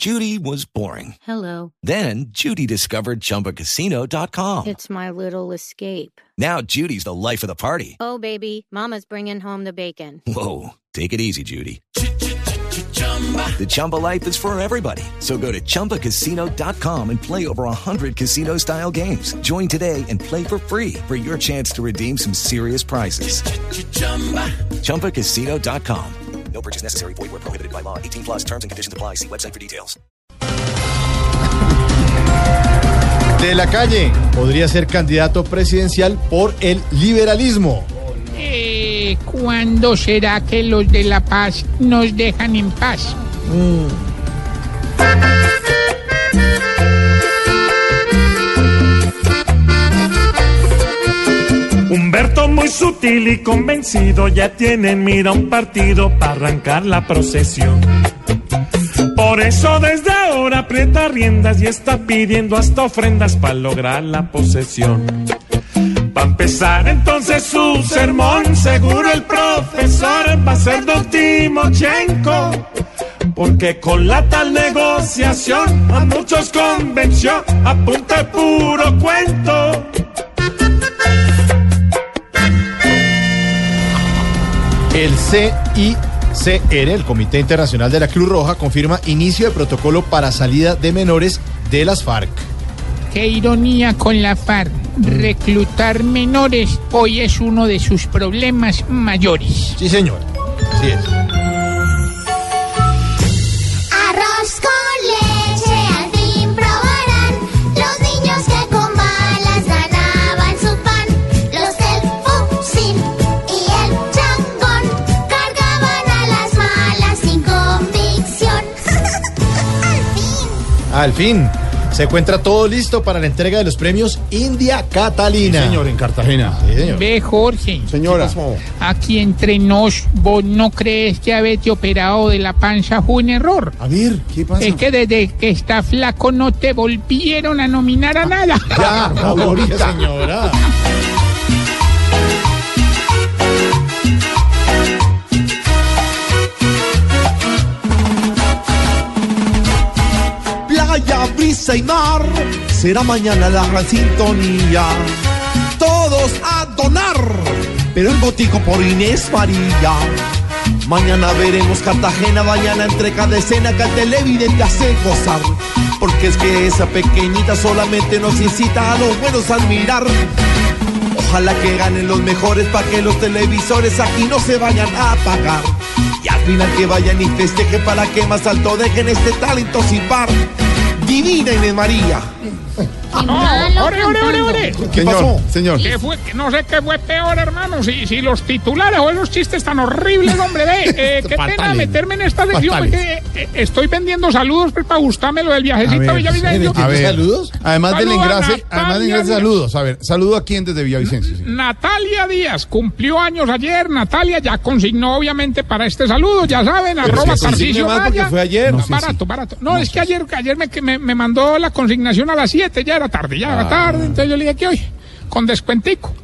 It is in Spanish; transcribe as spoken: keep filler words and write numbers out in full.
Judy was boring. Hello. Then Judy discovered Chumba Casino dot com. It's my little escape. Now Judy's the life of the party. Oh, baby, mama's bringing home the bacon. Whoa, take it easy, Judy. The Chumba life is for everybody. So go to Chumba Casino dot com and play over one hundred casino-style games. Join today and play for free for your chance to redeem some serious prizes. Chumba Casino dot com. No purchase necessary. Void where prohibited by law. eighteen plus terms and conditions apply. See website for details. De la Calle podría ser candidato presidencial por el liberalismo. Eh, ¿Cuándo será que los de La Paz nos dejan en paz? Mm. Humberto muy sutil y convencido ya tiene en mira un partido para arrancar la procesión. Por eso desde ahora aprieta riendas y está pidiendo hasta ofrendas para lograr la posesión. Va a empezar entonces su sermón, seguro el profesor va a ser don Timochenko, porque con la tal negociación a muchos convenció a punta de puro cuento. El C I C R, el Comité Internacional de la Cruz Roja, confirma inicio de protocolo para salida de menores de las FARC. Qué ironía con la FARC. Reclutar menores hoy es uno de sus problemas mayores. Sí, señor. Sí es. Arroz con leche al fin probarán los niños que con balas ganaban su pan. Los del fusil y el changón cargaban a las malas sin convicción. Al fin. Al fin. Se encuentra todo listo para la entrega de los premios India Catalina. Sí, señor, en Cartagena. Sí, señor. Ve, Jorge. Señora. Aquí entre nos, ¿vos no crees que haberte operado de la panza fue un error? A ver, ¿qué pasa? Es que desde que está flaco no te volvieron a nominar a nada. Ya, no, ahorita, señora. Playa, brisa y mar, será mañana la gran sintonía. Todos a donar, pero el botico por Inés María. Mañana veremos Cartagena, mañana entre cada escena que al televidente hace gozar. Porque es que esa pequeñita solamente nos incita a los buenos a admirar. Ojalá que ganen los mejores para que los televisores aquí no se vayan a apagar. Y al final que vayan y festejen para que más alto dejen este talento sin par. Divina Inés María. No, ore, ore, ore, ore. ¿Qué señor, pasó? Señor. ¿Qué fue? No sé qué fue peor, hermano. Si, si los titulares o esos chistes tan horribles, hombre, ve. Eh, qué Fatales. pena meterme en esta sección porque eh, estoy vendiendo saludos pues, para gustarme lo del viajecito a Villavicencio. A ver, ¿Saludos? Además del Saludo a engrase, Natalia además del engrase, Díaz. saludos. A ver, saludo a quién desde Villavicencio. Sí. Natalia Díaz cumplió años ayer. Natalia ya consignó, obviamente, para este saludo. Ya saben, arroba es que consigne Tarcisio más porque Maya. fue ayer. No, No, sí, barato, sí. barato. No, es que ayer, ayer me, que me, me mandó la consignación a las siete. Ya era tarde, ya era Ah. tarde. Entonces yo le dije que hoy, con descuentico.